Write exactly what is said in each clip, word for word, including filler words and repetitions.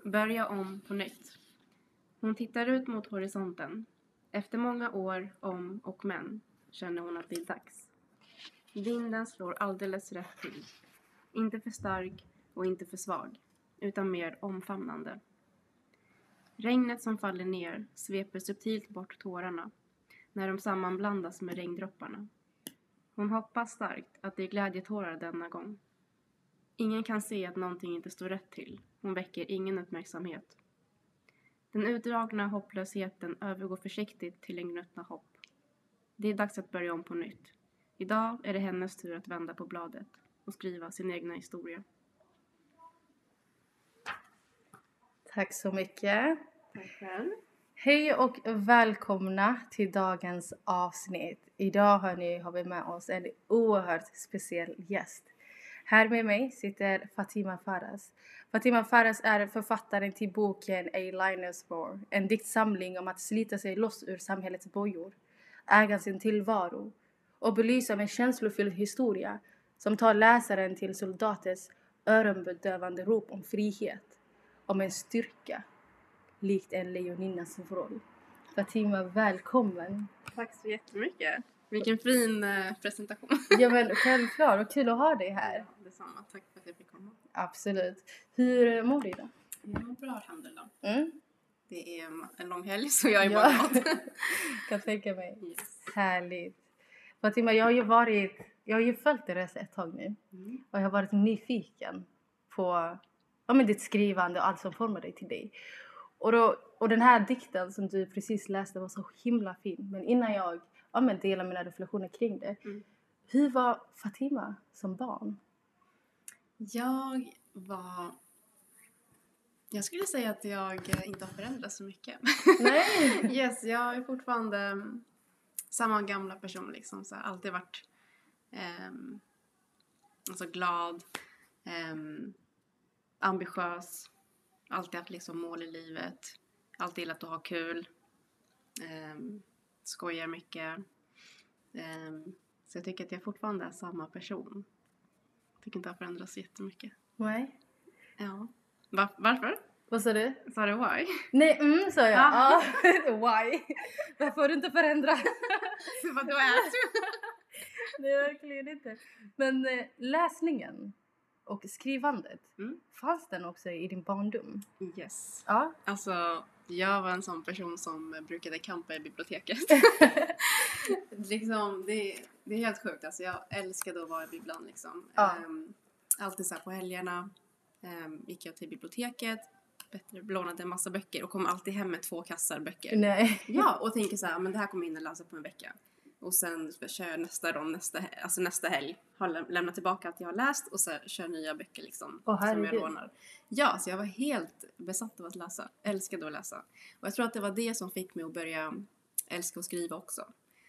Börja om på nytt. Hon tittar ut mot horisonten. Efter många år om och men känner hon att det är dags. Vinden slår alldeles rätt till. Inte för stark och inte för svag, utan mer omfamnande. Regnet som faller ner sveper subtilt bort tårarna när de sammanblandas med regndropparna. Hon hoppas starkt att det är glädjetårar denna gång. Ingen kan se att någonting inte står rätt till. Hon väcker ingen uppmärksamhet. Den utdragna hopplösheten övergår försiktigt till en gnutta hopp. Det är dags att börja om på nytt. Idag är det hennes tur att vända på bladet och skriva sin egna historia. Tack så mycket. Tack själv. Hej och välkomna till dagens avsnitt. Idag hörni, har vi med oss en oerhört speciell gäst. Här med mig sitter Fatima Faras. Fatima Faras är författaren till boken A Linus More. En diktsamling om att slita sig loss ur samhällets bojor, äga sin tillvaro och belysa med känslofylld historia som tar läsaren till soldaters öronbedövande rop om frihet, om en styrka, likt en lejoninnas roll. Fatima, välkommen. Tack så jättemycket. Vilken fin eh, presentation. Ja men självklart, och kul att ha dig här. Ja, detsamma. Tack för att jag fick komma. Absolut. Hur mår du idag? Jag mår bra, alhamdulillah. Mm. Det är en lång helg så jag är Ja. bara glad. Kan tänka mig. Yes. Härligt. Fatima, jag har ju varit, jag har ju följt dig ett tag nu. Mm. Och jag har varit nyfiken på ja, men ditt skrivande och allt som formar dig till dig. Och, då, och den här dikten som du precis läste var så himla fin. Men innan jag ja, men delar mina reflektioner kring det. Mm. Hur var Fatima som barn? Jag var... Jag skulle säga att jag inte har förändrats så mycket. Nej. Yes, jag är fortfarande samma gamla person liksom. Så alltid varit um, alltså glad, um, ambitiös. Alltid haft liksom mål i livet. Alltid gillat att ha kul. Um, skojar mycket. Um, så jag tycker att jag fortfarande är samma person. Jag tycker inte att det har förändrats jättemycket. Nej. Ja. Var, varför? Vad sa du? Sa du why? Nej, mm, sa jag. Ah. Why? Varför har du inte förändrat? Vad du är. Nej, verkligen inte. Men eh, läsningen och skrivandet, Mm. fanns den också i din barndom? Yes. Ja. Alltså, jag var en sån person som brukade campa i biblioteket. liksom, det, det är helt sjukt. Alltså, jag älskade att vara i bibblan liksom. Ja. Um, alltid så här på helgerna um, gick jag till biblioteket. Bättre lånade en massa böcker och kom alltid hem med två kassar böcker. Nej. Ja, och tänker så här, men det här kommer jag in och läsa på en vecka. Och sen kör jag nästa rond, nästa, alltså nästa helg. Har läm- lämnat tillbaka allt jag har läst och så kör nya böcker liksom. Åh, som jag herregud. lånar. Ja, så jag var helt besatt av att läsa. Älskade att läsa. Och jag tror att det var det som fick mig att börja älska att skriva också.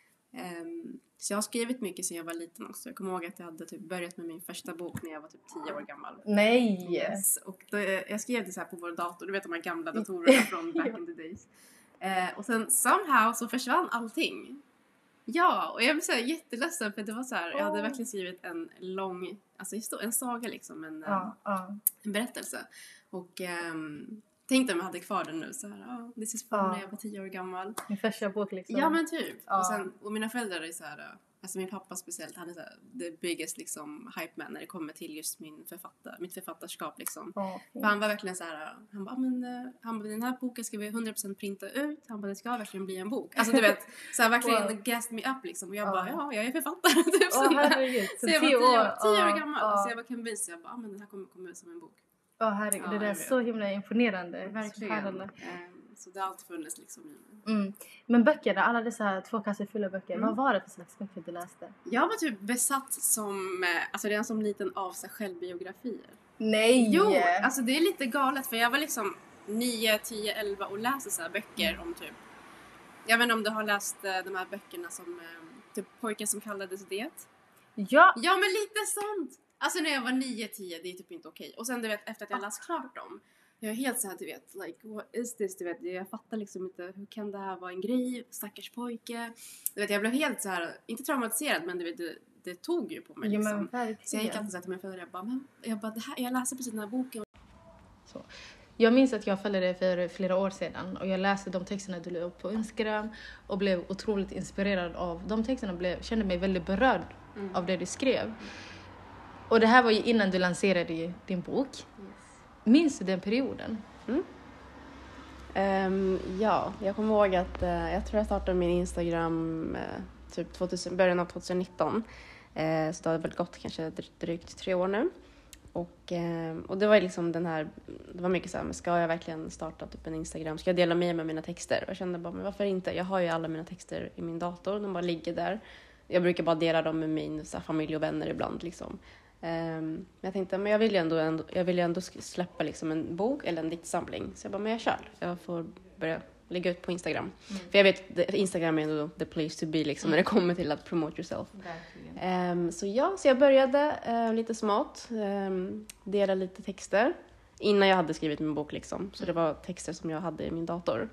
Um, så jag har skrivit mycket sedan jag var liten också. Jag kommer ihåg att jag hade typ börjat med min första bok när jag var typ tio år gammal. Nej. Yes. Och då, jag skrev det så här på vår dator. Du vet de här gamla datorerna från back in the days. Uh, och sen somehow så försvann allting. Ja, och jag blev så här jätteledsen för det var så här, jag hade Oh. verkligen skrivit en lång, alltså en saga liksom, en, Ja, ja. en berättelse. Och um, tänkte om jag hade kvar den nu så här, ja, oh, this is fun Ja. när jag var tio år gammal. Min första bok liksom. Ja men typ. Ja. Och, sen, och mina föräldrar är så här, alltså min pappa speciellt, han är så här, the biggest liksom hype man när det kommer till just min författare, mitt författarskap liksom. Ja, För han var verkligen så här, han bara, men uh, han bara, den här boken ska vi hundra procent printa ut. Han bara, det ska verkligen bli en bok. Alltså du vet, så här verkligen Wow. gassed me up liksom. Och jag Ja. bara, ja, jag är författare. typ Åh, sådär. herregud. Så jag var tio tio år, år, tio år ja, gammal. ja. Så jag var convinced, jag bara, ah, men den här kommer komma ut som en bok. Ja, herregud. Ja, det där är jag vet. så himla imponerande. Verkligen. Subhanallah. Um, så det har alltid funnits liksom i mig. Mm. Men böckerna, alla dessa här två kassar fulla böcker. Mm. Vad var det för slags böcker du läste? Jag var typ besatt som, eh, alltså redan som liten av sig självbiografier. Nej! Jo, alltså det är lite galet för jag var liksom nio, tio, elva och läste så här böcker om typ, jag vet inte om du har läst eh, de här böckerna som eh, typ Pojken som kallades det. Ja! Ja men lite sånt! Alltså när jag var nio, tio, det är typ inte okej. Och sen du vet, efter att jag läst klart dem, jag är helt så här, du vet, like, what is this? Du vet, jag fattar liksom inte, hur kan det här vara en grej? Stackars pojke. Du vet, jag blev helt så här, inte traumatiserad, men du vet, det, det tog ju på mig Ja, liksom. men verkligen. Så jag gick alltid så här till mina föräldrar, jag bara, men, jag bara, det här, jag läser precis den här boken. Så. Jag minns att jag följde dig för flera år sedan och jag läste de texterna du la upp på Instagram och blev otroligt inspirerad av de texterna. Blev, kände mig väldigt berörd mm. av det du skrev. Och det här var ju innan du lanserade din bok. Yes. Minns du den perioden? Mm. Um, ja, jag kommer ihåg att uh, jag tror jag startade min Instagram uh, typ tvåtusen, början av tjugonitton. Uh, så det har väl gått kanske drygt tre år nu. Och, uh, och det var liksom den här, det var mycket så här, men ska jag verkligen starta typ en Instagram? Ska jag dela med mig med mina texter? Och jag kände bara, men varför inte? Jag har ju alla mina texter i min dator, de bara ligger där. Jag brukar bara dela dem med min så här, familj och vänner ibland liksom. Um, jag tänkte, men jag vill ju ändå, ändå, jag vill ju ändå släppa liksom en bok eller en diktsamling. Så jag bara, men jag kör. Jag får börja lägga ut på Instagram. Mm. För jag vet, Instagram är ändå the place to be liksom, mm. när det kommer till att promote yourself. Um, så ja, så jag började uh, lite smått. Um, dela lite texter. Innan jag hade skrivit min bok liksom. Så det var texter som jag hade i min dator.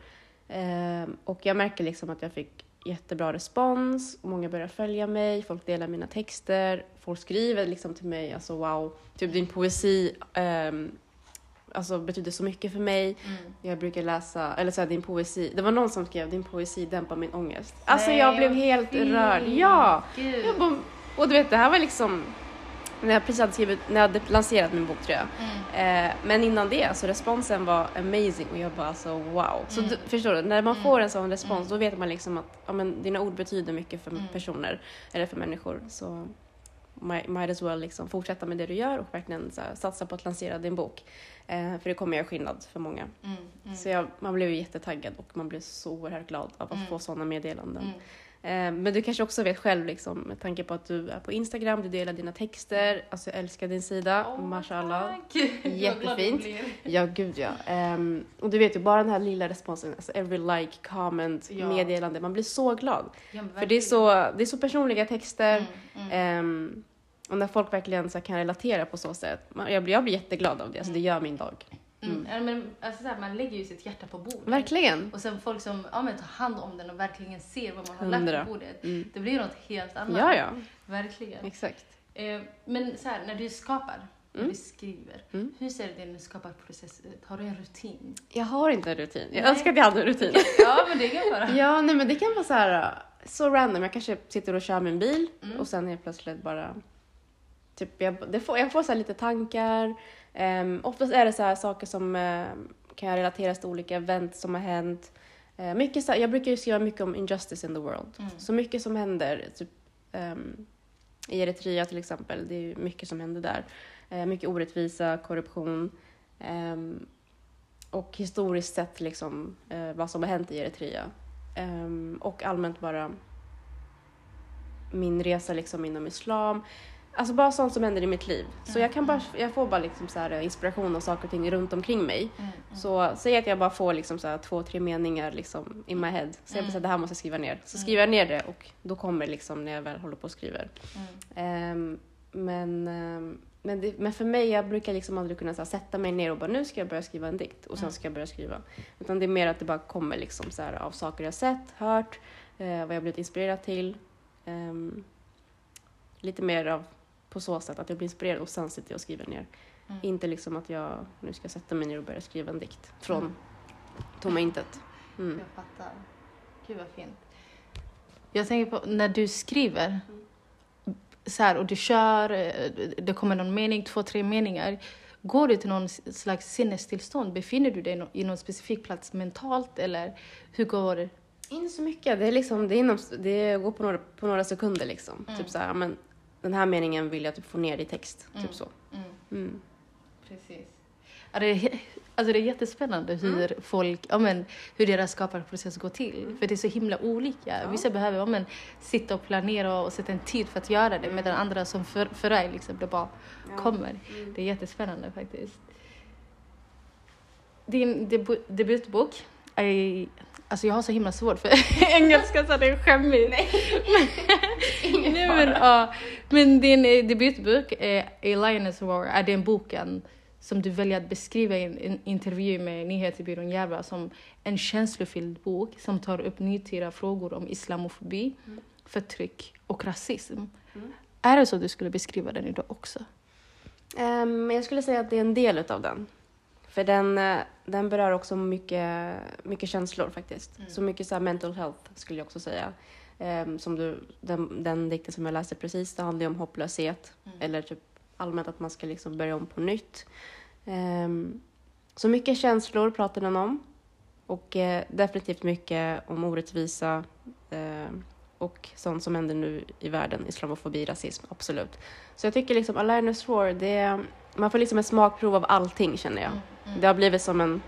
Um, och jag märker liksom att jag fick jättebra respons. Många börjar följa mig. Folk delar mina texter. Folk skriver liksom till mig. Alltså wow. Typ din poesi um, alltså betyder så mycket för mig. Mm. Jag brukar läsa. Eller så här, din poesi. Det var någon som skrev din poesi dämpar min ångest. Alltså Nej, jag blev helt fint. rörd. Ja. Jag bara, och du vet det här var liksom. När jag precis hade skrivit. När jag hade lanserat min bok tror jag. Mm. Eh, men innan det. Alltså responsen var amazing. Och jag bara alltså wow. Så mm. du, förstår du. När man mm. får en sån respons. Mm. Då vet man liksom att. Ja, men, dina ord betyder mycket för mm. personer. Eller för människor. Så. Might, might as well liksom fortsätta med det du gör. Och verkligen så här, satsa på att lansera din bok. Eh, för det kommer göra skillnad för många. Mm. Mm. Så jag, man blev ju jättetaggad. Och man blev så oerhört glad av att mm. få sådana meddelanden. Mm. Men du kanske också vet själv liksom, med tanke på att du är på Instagram, du delar dina texter. Alltså jag älskar din sida, oh, mashallah. Jättefint. Ja, gud ja. Um, och du vet ju, bara den här lilla responsen, alltså every like, comment, ja. meddelande, man blir så glad. Ja, för det är så, det är så personliga texter. Mm, mm. Um, och när folk verkligen så här, kan relatera på så sätt. Man, jag, blir, jag blir jätteglad av det, alltså det gör min dag. Mm. Mm. Men, alltså, så här, man lägger ju sitt hjärta på bordet. Verkligen. Och sen folk som ja, men, tar hand om den och verkligen ser vad man har Hundra. lagt på bordet. Mm. Det blir ju något helt annat. Ja, ja. Verkligen. Exakt. Eh, men så här, när du skapar, mm. när du skriver, mm. hur ser din skaparprocess ut? Har du en rutin? Jag har inte en rutin. Jag nej. önskar att jag hade en rutin. Ja, men det kan vara. Ja, nej, men det kan vara så här, så random. Jag kanske sitter och kör min bil mm. och sen helt plötsligt bara typ, jag, det får, jag får så här lite tankar. Um, oftast är det så här saker som uh, kan relateras till olika event som har hänt. Uh, mycket så här, jag brukar ju skriva mycket om injustice in the world. Mm. Så mycket som händer typ, um, i Eritrea till exempel. Det är ju mycket som händer där. Uh, mycket orättvisa, korruption. Um, och historiskt sett liksom, uh, vad som har hänt i Eritrea. Um, och allmänt bara min resa liksom inom islam. Alltså bara sånt som händer i mitt liv. Så mm, jag kan bara, jag får bara liksom så här inspiration av saker och ting runt omkring mig. Mm, mm. Så säg att jag bara får liksom så här två, tre meningar liksom in my head. Så jag bara säger det här måste jag skriva ner. Så skriver jag ner det och då kommer det liksom när jag väl håller på och skriver. Mm. Um, men, um, men, det, men för mig, jag brukar liksom aldrig kunna så här, sätta mig ner och bara nu ska jag börja skriva en dikt. Och sen ska jag börja skriva. Utan det är mer att det bara kommer liksom så här, av saker jag sett, hört, uh, vad jag blivit inspirerad till. Um, lite mer av på så sätt att jag blir inspirerad och sen sitter jag och skriver ner. Mm. Inte liksom att jag nu ska sätta mig ner och börja skriva en dikt från mm. tomma intet. Mm. Jag fattar. Gud vad fint. Jag tänker på när du skriver mm. så här och du kör, det kommer någon mening, två, tre meningar. Går du till någon slags sinnestillstånd? Befinner du dig i någon specifik plats mentalt eller hur går det? Inte så mycket. Det är liksom, det, är inom, det går på några, på några sekunder liksom. Mm. Typ så här, men den här meningen vill jag typ få ner i text. Mm. Typ så. Mm. Mm. Precis. Ja, det, är, alltså det är jättespännande hur mm. folk, ja, men, hur deras skaparprocess går till. Mm. För det är så himla olika. Ja. Vissa behöver ja, men, sitta och planera och sätta en tid för att göra det. Mm. Medan andra som för, för dig liksom, det bara ja. kommer. Mm. Det är jättespännande faktiskt. Din debut, debutbok är... Alltså jag har så himla svårt för engelska så det är skämmigt. Nej, Nej men, ja. Men din debutbok är A Lioness Roar. Är den boken som du väljer att beskriva i en intervju med Nyhetsbyrån Järva som en känslofylld bok som tar upp nutida frågor om islamofobi, mm. förtryck och rasism. Mm. Är det så du skulle beskriva den idag också? Um, jag skulle säga att det är en del av den. För den, eh, den berör också mycket, mycket känslor faktiskt. Mm. Så mycket så här mental health skulle jag också säga. Ehm, som du, den, den dikten som jag läste precis, det handlar ju om hopplöshet. Mm. Eller typ allmänt att man ska liksom börja om på nytt. Ehm, så mycket känslor pratar den om. Och eh, definitivt mycket om orättvisa eh, och sånt som händer nu i världen. Islamofobi, rasism, absolut. Så jag tycker liksom Alarnus Roar, det man får liksom en smakprov av allting känner jag. Mm, mm. Det har blivit som en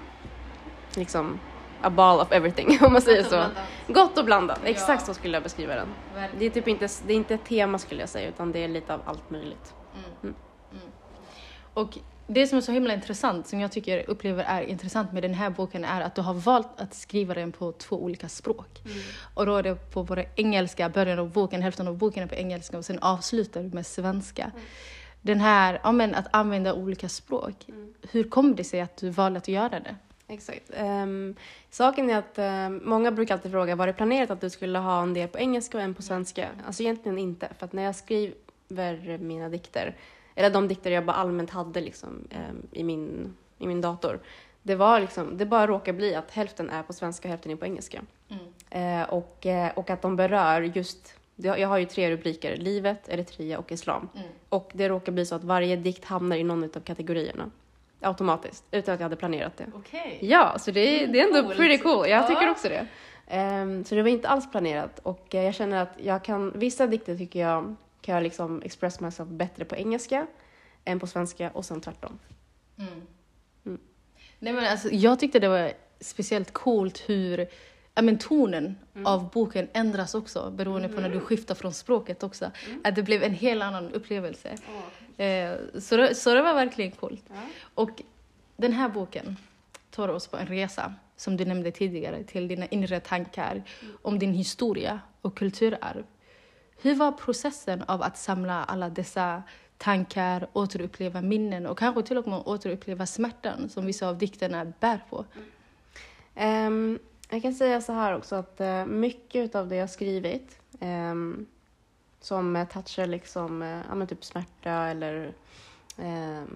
liksom a ball of everything om man säger så. Gott och blandat, Ja. exakt så skulle jag beskriva den. Verkligen. Det är typ inte, det är inte ett tema skulle jag säga, utan det är lite av allt möjligt. Mm. Mm. Mm. Och det som är så himla intressant, som jag tycker upplever är intressant med den här boken, är att du har valt att skriva den på två olika språk. Mm. Och då är det på både engelska, början av boken, hälften av boken är på engelska och sen avslutar du med svenska. Mm. Den här, ja men att använda olika språk. Mm. Hur kom det sig att du valde att göra det? Exakt. Um, saken är att um, många brukar alltid fråga, var det planerat att du skulle ha en del på engelska och en på svenska? Alltså egentligen inte, för att när jag skriver mina dikter, eller de dikter jag bara allmänt hade liksom, um, i, min, i min dator, det var liksom, det bara råkar bli att hälften är på svenska och hälften är på engelska. Mm. Uh, och, uh, och att de berör just, jag har ju tre rubriker, livet, Eritrea och islam. Mm. Och det råkar bli så att varje dikt hamnar i någon av kategorierna. Automatiskt, utan att jag hade planerat det. Okej. Ja, så det är, det är ändå Coolt. pretty cool. Jag Ja. tycker också det. Um, så det var inte alls planerat. Och uh, jag känner att jag kan, vissa dikter tycker jag kan jag liksom express myself bättre på engelska än på svenska och sen tvärtom. Mm. Mm. Nej, men alltså, jag tyckte det var speciellt coolt hur ja, men tonen Mm. av boken ändras också beroende på när du skiftar från språket också. Mm. Att det blev en helt annan upplevelse. Eh, så, det, så det var verkligen coolt. Ja. Och den här boken tar oss på en resa, som du nämnde tidigare, till dina inre tankar Mm. om din historia och kulturarv. Hur var processen av att samla alla dessa tankar, återuppleva minnen och kanske till och med återuppleva smärtan som vissa av dikterna bär på? Um, jag kan säga så här också att uh, mycket av det jag skrivit um, som uh, touchar liksom, uh, ja, men typ smärta eller um,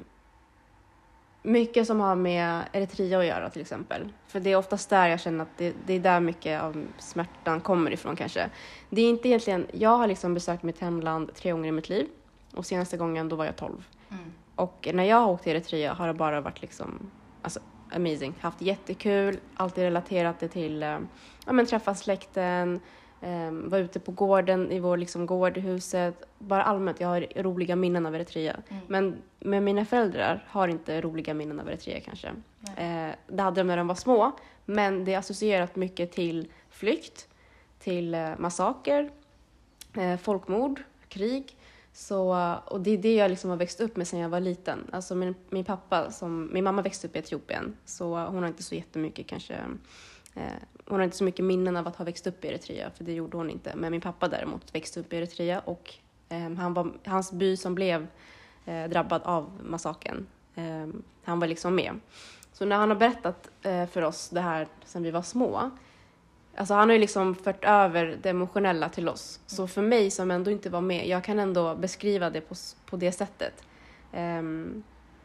mycket som har med Eritrea att göra till exempel. För det är oftast där jag känner att det, det är där mycket av smärtan kommer ifrån kanske. Det är inte egentligen, jag har liksom besökt mitt hemland tre gånger i mitt liv. Och senaste gången då var jag tolv. Mm. Och när jag har åkt till Eritrea har det bara varit liksom, alltså amazing. Haft jättekul, alltid relaterat det till, eh, ja men träffa släkten, eh, vara ute på gården, i vår liksom gård i huset. Bara allmänt, jag har roliga minnen av Eritrea. Mm. Men med mina föräldrar har inte roliga minnen av Eritrea kanske. Nej. Eh, det hade de när de var små, men det är associerat mycket till flykt, till eh, massaker, eh, folkmord, krig. Så, och det är det jag liksom har växt upp med sedan jag var liten. Alltså min, min pappa, som, min mamma växte upp i Etiopien, så hon har inte så jättemycket kanske, eh, hon har inte så mycket minnen av att ha växt upp i Eritrea, för det gjorde hon inte. Men min pappa däremot växte upp i Eritrea och eh, han var, hans by som blev eh, drabbad av massaken, eh, han var liksom med. Så när han har berättat eh, för oss det här sedan vi var små, alltså han har ju liksom fört över det emotionella till oss. Så för mig som ändå inte var med, jag kan ändå beskriva det på, på det sättet. Um,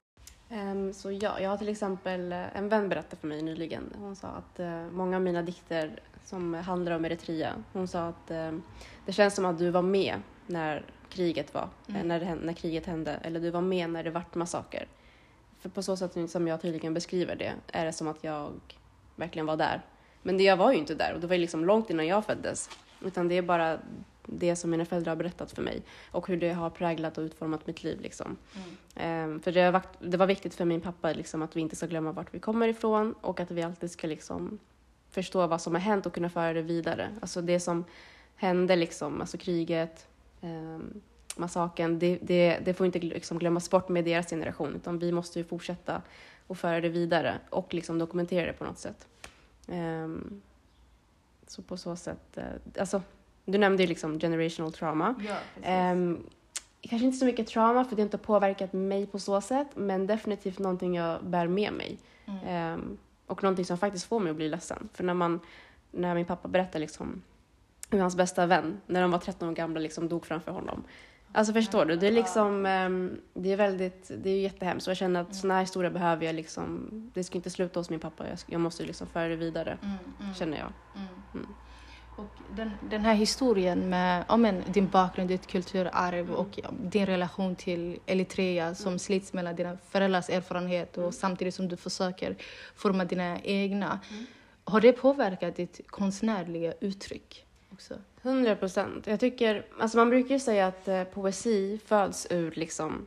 um, så ja, jag har till exempel en vän berättade för mig nyligen. Hon sa att uh, många av mina dikter som handlar om Eritrea, hon sa att uh, det känns som att du var med när kriget var, Mm. eh, när, det, när kriget hände. Eller du var med när det vart massaker. För på så sätt som jag tydligen beskriver det är det som att jag verkligen var där. Men det jag var ju inte där och det var ju liksom långt innan jag föddes. Utan det är bara det som mina föräldrar har berättat för mig. Och hur det har präglat och utformat mitt liv liksom. Mm. Um, för det var, det var viktigt för min pappa liksom, att vi inte ska glömma vart vi kommer ifrån. Och att vi alltid ska liksom förstå vad som har hänt och kunna föra det vidare. Alltså det som hände liksom, alltså kriget, um, massaken. Det, det, det får inte liksom glömmas bort med deras generation. Utan vi måste ju fortsätta och föra det vidare. Och liksom dokumentera det på något sätt. Um, så på så sätt, uh, alltså du nämnde ju liksom generational trauma. Ja, um, kanske inte så mycket trauma för det har inte påverkat mig på så sätt, men definitivt någonting jag bär med mig. Mm. Um, och någonting som faktiskt får mig att bli ledsen. För när man, när min pappa berättade liksom hur hans bästa vän, när de var tretton år gamla, liksom dog framför honom. Alltså förstår du, det är liksom, um, det är väldigt, det är jättehemskt. Och jag känner att mm. såna här historier behöver jag liksom, det ska inte sluta hos min pappa. Jag, jag måste liksom föra det vidare, mm, mm. känner jag. Mm. Mm. Och den, den här historien med ja, men, din bakgrund, ditt kulturarv mm. och ja, din relation till Eritrea som mm. slits mellan dina föräldrars erfarenhet och mm. samtidigt som du försöker forma dina egna. Mm. Har det påverkat ditt konstnärliga uttryck också? Hundra procent. Jag tycker, alltså man brukar ju säga att eh, poesi föds ur liksom,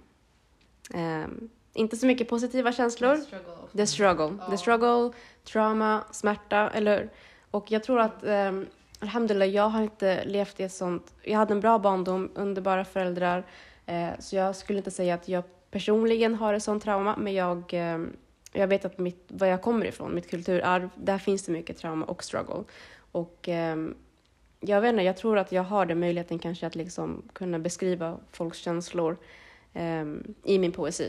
eh, inte så mycket positiva känslor. The struggle. The struggle, oh. The struggle trauma, smärta, eller och jag tror att eh, alhamdulillah, jag har inte levt i ett sånt, jag hade en bra barndom, underbara föräldrar, eh, så jag skulle inte säga att jag personligen har ett sånt trauma, men jag, eh, jag vet att mitt, var jag kommer ifrån, mitt kulturarv, där finns det mycket trauma och struggle. Och eh, jag vet inte, jag tror att jag har den möjligheten kanske att liksom kunna beskriva folks känslor eh, i min poesi.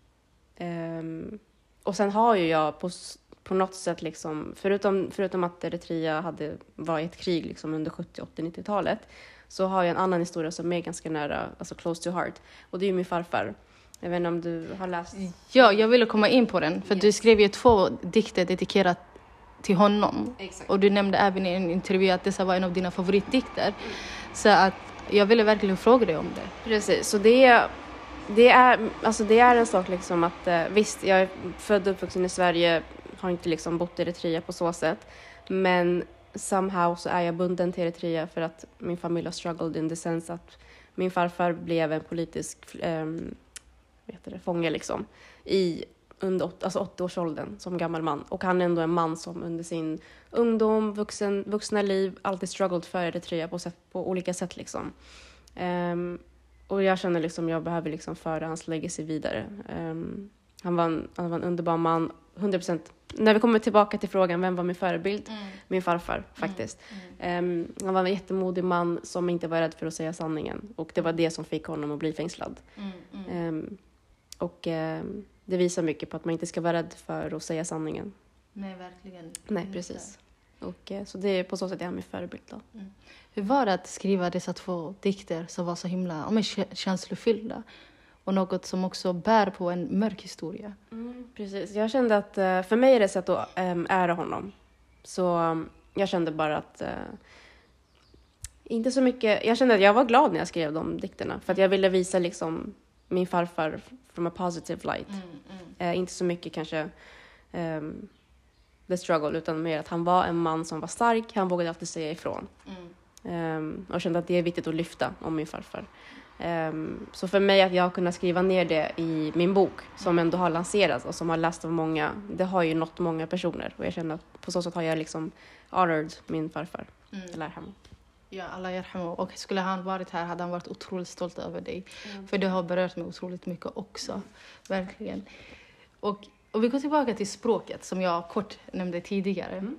Eh, och sen har ju jag på, på något sätt, liksom, förutom, förutom att Eritrea hade, var i ett krig liksom under sjuttio-, åttio-, nittio-talet, så har jag en annan historia som är ganska nära, alltså close to heart. Och det är ju min farfar. Jag vet inte om du har läst. Ja, jag ville komma in på den. För yes. Du skrev ju två dikter dedikerat till honom. Exakt. Och du nämnde även i en intervju att dessa var en av dina favoritdikter. Mm. Så att jag ville verkligen fråga dig om det. Precis, så det är, det är, alltså det är en sak liksom att visst, jag är född och uppvuxen i Sverige, har inte liksom bott i Eritrea på så sätt. Men somehow så är jag bunden till Eritrea för att min familj har struggled in the sense att min farfar blev en politisk um, vet det, fånge liksom i under åt, alltså åttio-årsåldern som gammal man. Och han är ändå en man som under sin ungdom, vuxen, vuxna liv alltid struggled för Eritrea på, sätt, på olika sätt liksom. Um, och jag känner liksom jag behöver liksom föra hans legacy vidare. Um, han, var en, han var en underbar man, hundra procent. När vi kommer tillbaka till frågan, vem var min förebild? Mm. Min farfar, faktiskt. Mm. Mm. Um, han var en jättemodig man som inte var rädd för att säga sanningen. Och det var det som fick honom att bli fängslad. Mm. Mm. Um, och um, det visar mycket på att man inte ska vara rädd för att säga sanningen. Nej, verkligen. Nej, precis. Och, uh, så det är på så sätt jag är min förebild då. Mm. Hur var det att skriva dessa två dikter som var så himla ja, men, känslofyllda? Och något som också bär på en mörk historia. Mm, precis. Jag kände att uh, för mig är det sätt att um, ära honom. Så um, jag kände bara att... Uh, inte så mycket... Jag kände att jag var glad när jag skrev de dikterna. För att jag ville visa liksom min farfar from a positive light. Mm, mm. Uh, inte så mycket kanske um, the struggle. Utan mer att han var en man som var stark. Han vågade alltid säga ifrån. Mm. Um, och jag kände att det är viktigt att lyfta om min farfar. Um, så för mig att jag har kunnat skriva ner det i min bok som ändå har lanserats och som har läst av många, det har ju nått många personer och jag känner att på så sätt har jag liksom honored min farfar. Mm. Yarhamu. Ja, Allah yarhamu. Och skulle han varit här hade han varit otroligt stolt över dig. Mm. För det har berört mig otroligt mycket också. Mm. Verkligen. Och, och vi går tillbaka till språket som jag kort nämnde tidigare. Mm.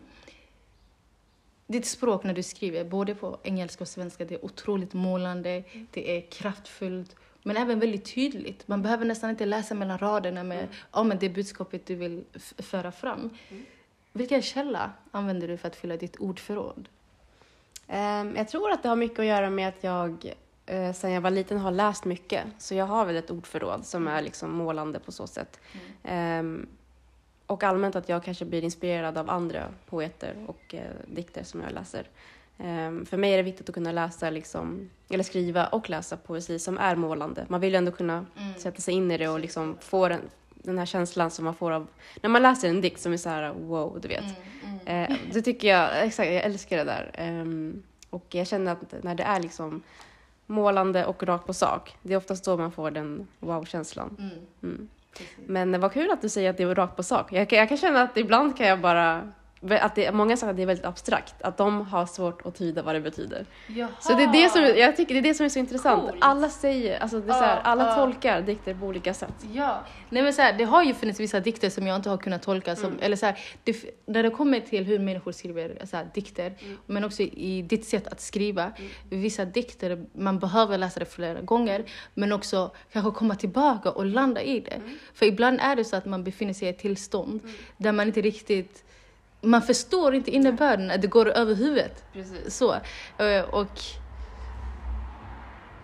Ditt språk när du skriver, både på engelska och svenska, det är otroligt målande, mm. det är kraftfullt, men även väldigt tydligt. Man behöver nästan inte läsa mellan raderna med mm. ja, men det budskapet du vill f- föra fram. Mm. Vilken källa använder du för att fylla ditt ordförråd? Um, jag tror att det har mycket att göra med att jag uh, sedan jag var liten har läst mycket. Så jag har väl ett ordförråd som är liksom målande på så sätt. Mm. Um, Och allmänt att jag kanske blir inspirerad av andra poeter och eh, dikter som jag läser. Um, för mig är det viktigt att kunna läsa, liksom, eller skriva och läsa poesi som är målande. Man vill ändå kunna mm. sätta sig in i det och liksom få den, den här känslan som man får av... När man läser en dikt som är så här, wow, du vet. Mm, mm. Uh, det tycker jag, exakt, jag älskar det där. Um, och jag känner att när det är liksom målande och rakt på sak, det är oftast då man får den wow-känslan. Mm. Mm. Men vad kul att du säger att det var rakt på sak. Jag kan, jag kan känna att ibland kan jag bara... Att det, många säger att det är väldigt abstrakt. Att de har svårt att tyda vad det betyder. Jaha. Så det är det som, jag tycker det är det som är så intressant. Coolt. Alla säger, alltså det är så här, alla uh, tolkar dikter på olika sätt. Ja, nej men så här, det har ju funnits vissa dikter som jag inte har kunnat tolka. Som, mm. Eller så här, det, när det kommer till hur människor skriver så här, dikter. Mm. Men också i ditt sätt att skriva. Mm. Vissa dikter, man behöver läsa det flera gånger. Men också kanske komma tillbaka och landa i det. Mm. För ibland är det så att man befinner sig i ett tillstånd. Mm. Där man inte riktigt... Man förstår inte innebörden att det går över huvudet. Precis. Så. Och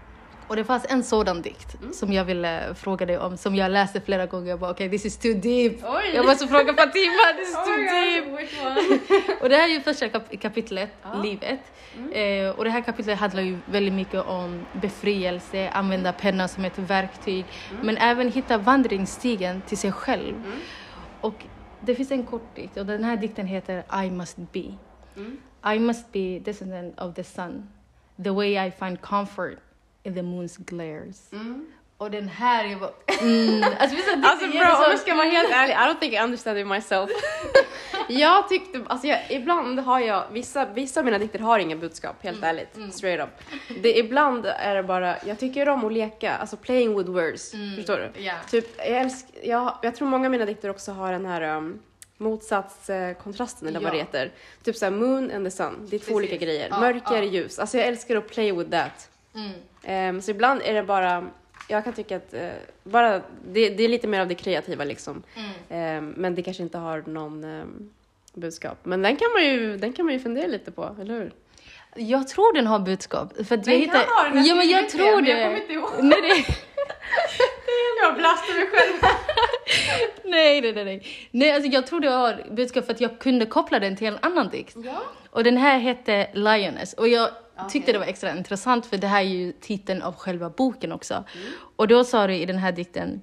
Och det fanns en sådan dikt mm. som jag ville fråga dig om, som jag läste flera gånger. Jag bara, okej, okay, this is too deep. Oj. Jag måste fråga Fatima, this is too oh deep. Och det här är ju första kap- kapitlet, ja. livet. Mm. Eh, och det här kapitlet handlar ju väldigt mycket om befrielse, använda pennan som ett verktyg. Mm. Men även hitta vandringsstigen till sig själv. Mm. Och det finns en kort dikt, och den här dikten heter I must be. Mm. I must be descendant of the sun, the way I find comfort in the moon's glares. Mm. Och den här är bara... Mm. Alltså, alltså bro, om jag ska vara helt ärlig, I don't think I understand it myself. Jag tyckte, alltså jag, ibland har jag, vissa, vissa av mina dikter har inga budskap, helt mm. ärligt, mm. straight up. Det, ibland är det bara, jag tycker om att leka, alltså playing with words, mm. förstår du? Yeah. Typ, jag, älsk, jag, jag tror många av mina dikter också har den här... Um, motsatskontrasten, eller ja. vad det heter. Typ såhär, moon and the sun. Det är två Precis. olika grejer. Ja, Mörker, ja. ljus. Alltså jag älskar att play with that. Mm. Um, så ibland är det bara... Jag kan tycka att... Uh, bara, det, det är lite mer av det kreativa liksom. Mm. Um, men det kanske inte har någon um, budskap. Men den kan man ju, den kan man ju fundera lite på, eller hur? Jag tror den har budskap. För att den jag hittar... kan ha den. Ja, men jag tror det. Men jag kommer inte ihåg. Nej, det... Jag blastar mig själv. nej, nej, nej. Nej, alltså jag tror det var budskap för att jag kunde koppla den till en annan dikt. Ja. Och den här hette Lioness. Och jag okay. tyckte det var extra intressant, för det här är ju titeln av själva boken också. Mm. Och då sa du i den här dikten...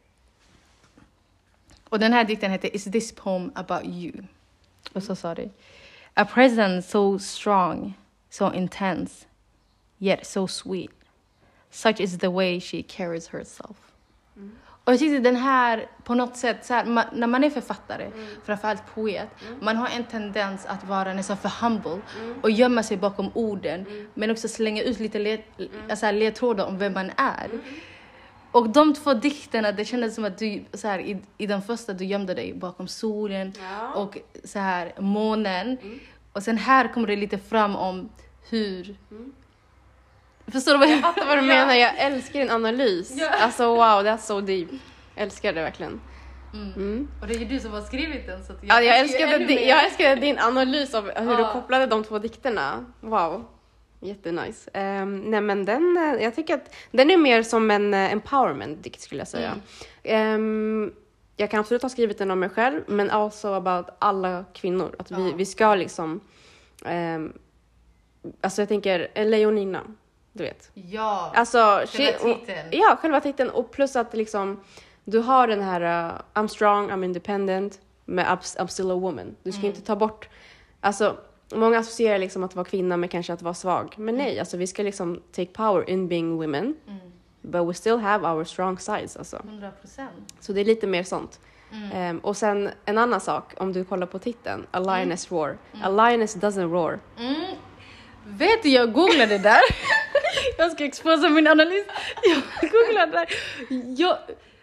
Och den här dikten hette Is this poem about you? Mm. Och så sa du: A presence so strong, so intense, yet so sweet. Such is the way she carries herself. Mm. Och jag tyckte den här, på något sätt, så här, man, när man är författare, mm. framförallt poet, mm. man har en tendens att vara nästan för humble mm. och gömma sig bakom orden, mm. men också slänga ut lite led, mm. alltså här, ledtrådar om vem man är. Mm. Och de två dikterna, det kändes som att du, så här, i, i den första du gömde dig bakom solen ja. och så här, månen. Mm. Och sen här kommer det lite fram om hur... Mm. Förstår du vad jag, jag fattar vad du menar? Jag älskar din analys. Ja. Alltså wow, that's so deep. Älskar det verkligen. Mm. Mm. Och det är ju du som har skrivit den. Så att jag, ja, jag, älskade din, jag älskade din analys av hur ja. du kopplade de två dikterna. Wow, jättenice. Um, nej men den, jag tycker att den är mer som en uh, empowerment-dikt skulle jag säga. Mm. Um, jag kan absolut ha skrivit den om mig själv, men also about alla kvinnor. Att vi, ja. vi ska liksom... Um, alltså jag tänker, en Leonina. Du vet. Ja, alltså, själva titeln. Och, ja, själva titeln. Och plus att liksom, du har den här uh, I'm strong, I'm independent, med I'm, I'm still a woman. Du ska mm. inte ta bort... Alltså, många associerar liksom att vara kvinna med kanske att vara svag. Men nej, alltså vi ska liksom take power in being women. Mm. But we still have our strong sides. Alltså. hundra procent. Så det är lite mer sånt. Mm. Um, och sen en annan sak, om du kollar på titeln. A lioness mm. roar. Mm. A lioness doesn't roar. Mm. Vet du, jag googlade där. Jag ska exposa min analys. Jag googlade där. Jag...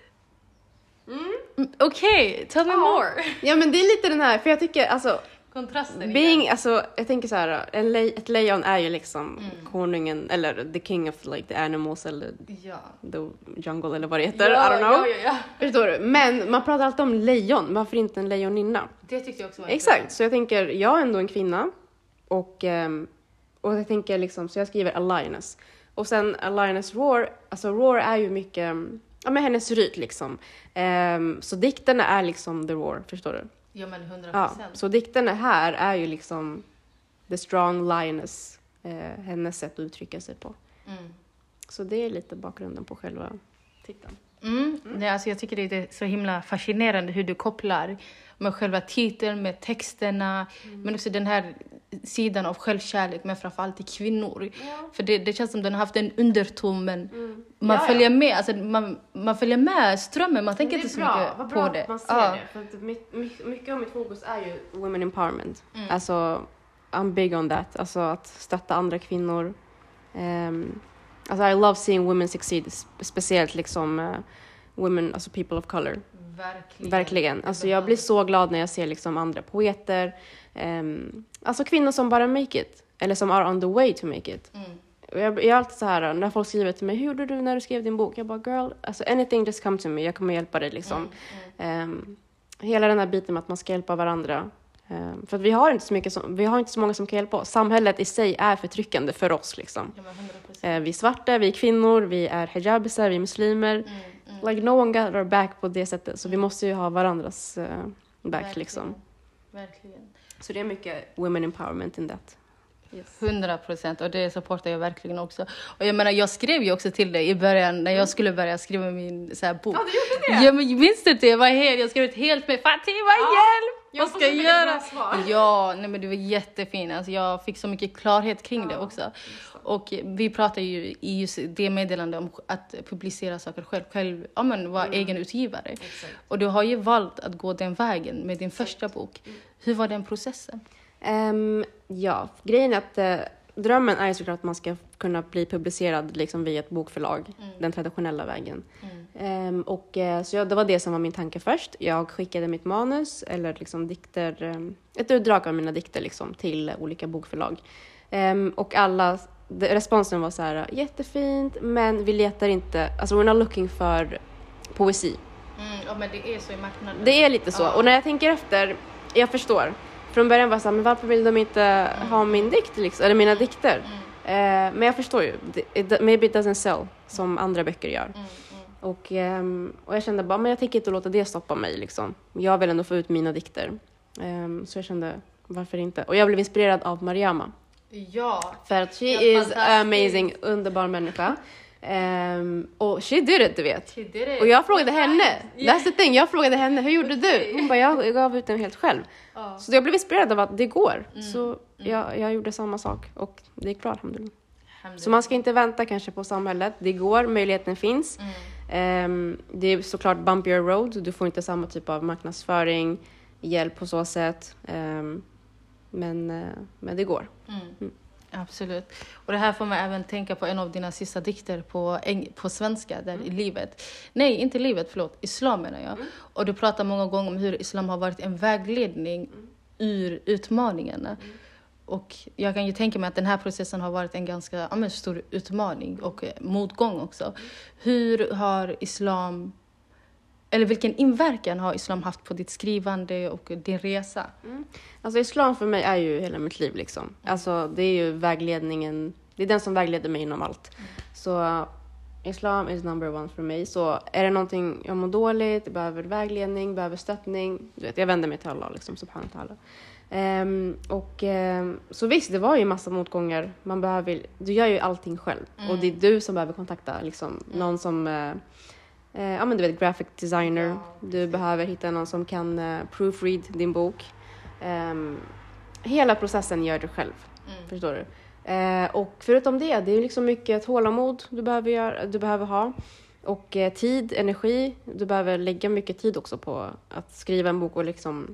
Mm. Okej, okay, tell me ja. more. Ja, men det är lite den här, för jag tycker alltså kontrasten. Being, alltså jag tänker så här, en le- ett lejon är ju liksom mm. konungen eller the king of like the animals eller ja. the jungle eller vad det heter. Ja, I don't know. Ja, ja, ja. Förstår du? Men man pratar alltid om lejon. Varför inte en lejoninna? Det tyckte jag också var exakt. Intressant. Så jag tänker, jag är ändå en kvinna och um, och jag tänker liksom, så jag skriver a lioness. Och sen a lioness roar, alltså roar är ju mycket, ja men hennes ryt liksom. Um, så dikterna är liksom the roar, förstår du? Ja men hundra procent. Ja, så dikterna här är ju liksom the strong lioness, eh, hennes sätt att uttrycka sig på. Mm. Så det är lite bakgrunden på själva titeln. Mm. Mm. Nej, alltså jag tycker det är så himla fascinerande hur du kopplar med själva titeln, med texterna, mm. men också den här sidan av självkärlek, men framförallt till kvinnor. Ja. För det, det känns som den har haft en underton, men mm. man ja, följer ja. med, alltså man, man följer med strömmen, man tänker inte så bra. mycket Vad på bra det. Att man ser ja. det, för att mitt, mycket av mitt fokus är ju women empowerment. Mm. Alltså, I'm big on that. Alltså att stötta andra kvinnor. Um, alltså I love seeing women succeed, speciellt liksom uh, women, alltså people of color. Verkligen. Verkligen. Alltså jag blir så glad när jag ser liksom andra poeter. Um, alltså kvinnor som bara make it. Eller som are on the way to make it. Mm. Jag, jag är alltid så här, när folk skriver till mig, hur gjorde du när du skrev din bok? Jag bara, girl, alltså anything just come to me. Jag kommer hjälpa dig liksom. Mm. Mm. Um, hela den här biten med att man ska hjälpa varandra. Um, för att vi har inte så mycket som, vi har inte så många som kan hjälpa oss. Samhället i sig är förtryckande för oss liksom. Ja, uh, vi är svarta, vi är kvinnor, vi är hijabisar, vi är muslimer. Mm, mm. Like no one got our back på det sättet. Så vi måste ju ha varandras uh, back. Verkligen. Liksom. Verkligen. Så det är mycket women empowerment in that. Hundra yes. procent, och det supportar jag verkligen också. Och jag menar, jag skrev ju också till dig i början när jag skulle börja skriva min så här, bok. Ja, du gjorde det? Ja, men minns du inte? Jag var helt, jag skrev ett helt med Fatima, ja, hjälp! Vad ska jag göra? Ja, nej, men det var jättefint. Alltså, jag fick så mycket klarhet kring ja, det också. Och vi pratar ju i just det meddelande om att publicera saker själv, själv ja, men vara mm. egen utgivare. Exakt. Och du har ju valt att gå den vägen med din Exakt. första bok. Hur var den processen? Um, ja, grejen är att uh, drömmen är såklart att man ska kunna bli publicerad liksom via ett bokförlag, mm. den traditionella vägen. Mm. Um, och uh, så ja, det var det som var min tanke först. Jag skickade mitt manus eller liksom dikter, um, ett utdrag av mina dikter liksom till olika bokförlag. Um, och alla, de, responsen var så här: jättefint, men vi letar inte, alltså we're not looking för poesi. Mm, ja, men det är så i marknaden. Det är lite så. Ah. Och när jag tänker efter, jag förstår. Från början var det så här, men varför vill de inte mm. ha min dikt, liksom, eller mina dikter? Mm. Eh, men jag förstår ju, it, maybe it doesn't sell som andra böcker gör. Mm. Mm. Och, um, och jag kände bara, men jag tänker inte låta det stoppa mig. Liksom. Jag vill ändå få ut mina dikter. Um, så jag kände, varför inte? Och jag blev inspirerad av Mariama. Ja. För att she is amazing, underbar människa. Um, och she did it, du vet. She did it. Och jag frågade henne, yeah. That's the thing, jag frågade henne, hur gjorde du? Hon bara, jag, jag gav ut den helt själv. Oh. Så jag blev inspirerad av att det går. Mm. Så mm. Jag, jag gjorde samma sak och det gick bra, alhamdulillah. Så man ska inte vänta kanske på samhället. Det går, möjligheten finns. Mm. Um, det är såklart bumpier road. Du får inte samma typ av marknadsföring, hjälp på så sätt. Um, men, uh, men det går. Mm. Mm. Absolut. Och det här får man även tänka på en av dina sista dikter på, eng- på svenska, där mm. i livet. Nej, inte livet, förlåt. Islam menar jag. Mm. Och du pratar många gånger om hur islam har varit en vägledning mm. ur utmaningarna. Mm. Och jag kan ju tänka mig att den här processen har varit en ganska ja, men stor utmaning och motgång också. Mm. Hur har islam, eller vilken inverkan har islam haft på ditt skrivande och din resa? Mm. Alltså islam för mig är ju hela mitt liv liksom. Mm. Alltså det är ju vägledningen, det är den som vägleder mig inom allt. Mm. Så uh, islam is number one för mig. Så är det någonting jag mår dåligt, jag behöver vägledning, behöver stöttning. Du vet, jag vänder mig till Allah liksom, subhanahu wa ta'ala. Um, och um, så visst, det var ju massa motgångar. Man behöver, du gör ju allting själv. Mm. Och det är du som behöver kontakta liksom, mm. någon som... Uh, Uh, ja men du vet, graphic designer. Ja, du behöver hitta någon som kan uh, proofread din bok. Um, hela processen gör du själv. Mm. Förstår du? Uh, och förutom det, det är liksom mycket tålamod du behöver, göra, du behöver ha. Och uh, tid, energi. Du behöver lägga mycket tid också på att skriva en bok och liksom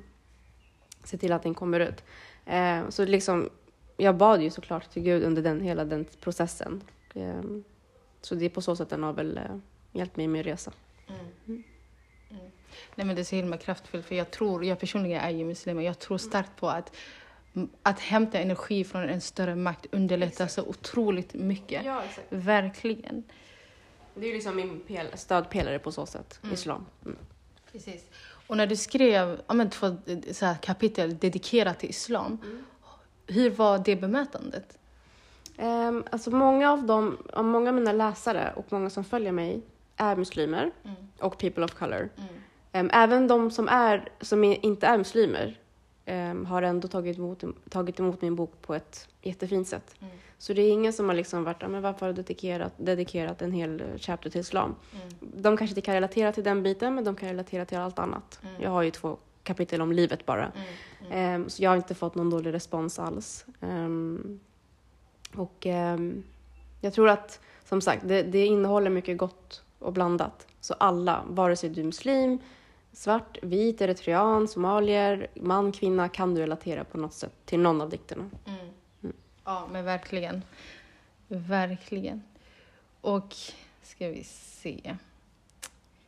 se till att den kommer ut. Uh, så liksom, jag bad ju såklart till Gud under den, hela den processen. Um, så det är på så sätt den har väl... Uh, hjälpt mig med resa. Mm. Mm. Mm. Nej, men det är så himla kraftfullt, för jag tror, jag personligen är ju muslim och jag tror starkt på att att hämta energi från en större makt underlättar exakt. Så otroligt mycket. Ja, exakt. Verkligen. Det är ju liksom min pel- stödpelare på så sätt, mm. islam. Mm. Precis. Och när du skrev ja, men, två så här, kapitel dedikerat till islam, mm. hur var det bemötandet? Um, alltså många av dem, många av mina läsare och många som följer mig är muslimer mm. och people of color. Mm. Um, även de som, är, som är, inte är muslimer um, har ändå tagit emot, tagit emot min bok på ett jättefint sätt. Mm. Så det är ingen som har liksom varit, men varför har du dedikerat, dedikerat en hel chapter till islam? Mm. De kanske inte kan relatera till den biten, men de kan relatera till allt annat. Mm. Jag har ju två kapitel om livet bara. Mm. Mm. Um, så jag har inte fått någon dålig respons alls. Um, och um, jag tror att, som sagt, det, det innehåller mycket gott och blandat. Så alla, vare sig du är muslim, svart, vit, eritrean, somalier, man, kvinna, kan du relatera på något sätt till någon av dikterna. Mm. Mm. Ja, men verkligen. Verkligen. Och ska vi se.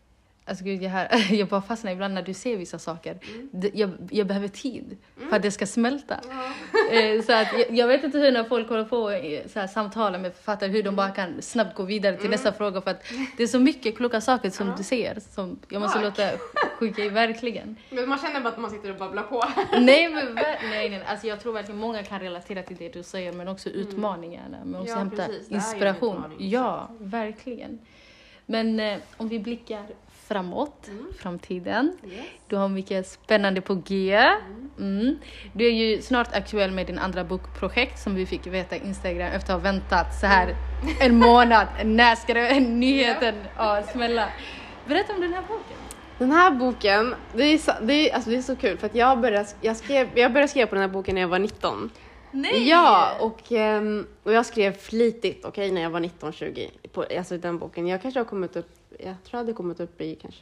Alltså gud, jag, här, jag bara fastnar ibland när du ser vissa saker. Mm. Det, jag, jag behöver tid mm. för att det ska smälta. Ja. eh, så att jag, jag vet inte hur när folk håller på så här, samtalar med författare, hur de bara kan snabbt gå vidare till mm. nästa fråga. För att det är så mycket kloka saker som ja. du ser som jag måste Tack. låta skicka i verkligen. Men man känner bara att man sitter och babblar på. nej, men nej, nej. Alltså, jag tror verkligen många kan relatera till det du säger, men också mm. utmaningarna. Men också ja, hämta precis. inspiration. Ja, verkligen. Men eh, om vi blickar framåt, mm. framtiden. Yes. Du har mycket spännande på G. Mm. Mm. Du är ju snart aktuell med din andra bokprojekt som vi fick veta i Instagram efter att ha väntat så här mm. en månad. När ska det, nyheten ja, smälla? Berätta om den här boken. Den här boken, det är så, det är, alltså det är så kul för att jag började, jag, skrev, jag började skriva på den här boken när jag var nitton. Nej! Ja, och, och jag skrev flitigt, okej, okay, när jag var nitton tjugo på alltså den boken. Jag kanske har kommit upp, jag tror jag hade kommit upp i kanske